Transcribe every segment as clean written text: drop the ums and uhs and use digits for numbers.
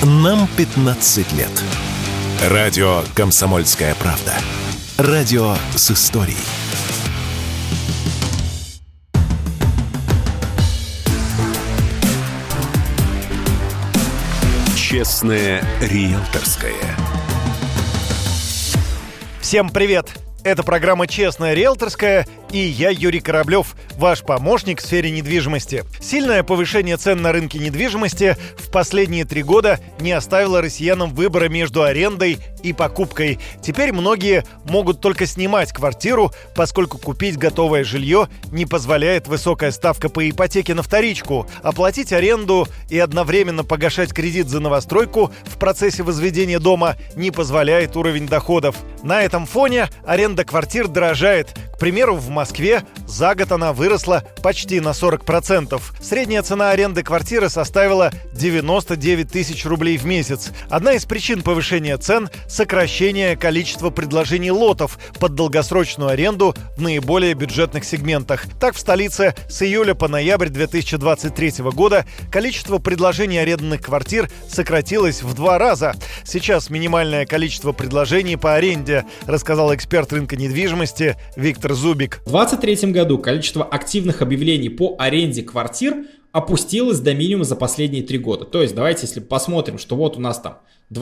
Нам 15 лет. Радио «Комсомольская правда». Радио с историей. Честное риэлторское. Всем привет! Это программа «Честная риэлторская», и я, Юрий Кораблев, ваш помощник в сфере недвижимости. Сильное повышение цен на рынке недвижимости в последние 3 года не оставило россиянам выбора между арендой и покупкой. Теперь многие могут только снимать квартиру, поскольку купить готовое жилье не позволяет высокая ставка по ипотеке на вторичку. Оплатить аренду и одновременно погашать кредит за новостройку в процессе возведения дома не позволяет уровень доходов. На этом фоне аренда квартир дорожает. К примеру, в Москве за год она выросла почти на 40%. Средняя цена аренды квартиры составила 99 тысяч рублей в месяц. Одна из причин повышения цен – сокращение количества предложений лотов под долгосрочную аренду в наиболее бюджетных сегментах. Так, в столице с июля по ноябрь 2023 года количество предложений арендных квартир сократилось в 2 раза. Сейчас минимальное количество предложений по аренде, рассказал эксперт рынка недвижимости Виктор Зубик. В 2023 году количество активных объявлений по аренде квартир опустилось до минимума за последние 3 года. То есть давайте, если посмотрим, что вот у нас там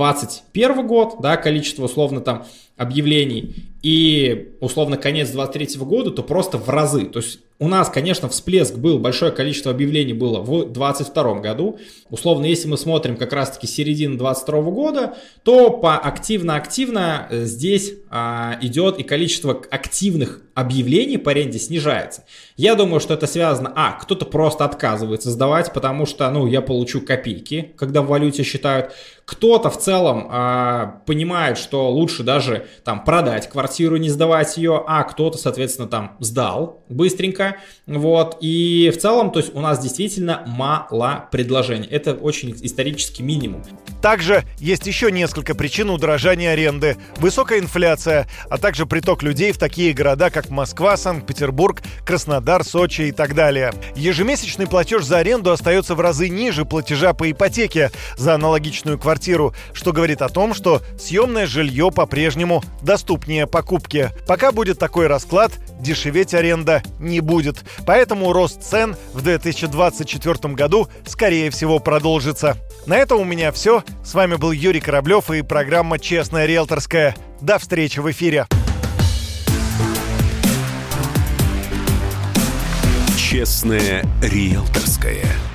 21 год, да, количество условно там объявлений, и условно конец 23 года, то просто в разы. То есть у нас, конечно, всплеск был, большое количество объявлений было в 22 году. Условно, если мы смотрим как раз-таки середину 22 года, то по активно-активно здесь идет и количество активных объявлений по аренде снижается. Я думаю, что это связано, кто-то просто отказывается сдавать, потому что, я получу копейки, когда в валюте считают. Кто-то в целом понимает, что лучше даже там продать квартиру, не сдавать ее, а кто-то, соответственно, там сдал быстренько. Вот. И в целом, то есть у нас действительно мало предложений. Это очень исторический минимум. Также есть еще несколько причин удорожания аренды. Высокая инфляция, а также приток людей в такие города, как Москва, Санкт-Петербург, Краснодар, Сочи и так далее. Ежемесячный платеж за аренду остается в разы ниже платежа по ипотеке за аналогичную квартиру, что говорит о том, что съемное жилье по-прежнему доступнее покупки. Пока будет такой расклад, дешеветь аренда не будет. Поэтому рост цен в 2024 году, скорее всего, продолжится. На этом у меня все. С вами был Юрий Кораблев и программа «Честная риэлторская». До встречи в эфире. Честная риэлторская.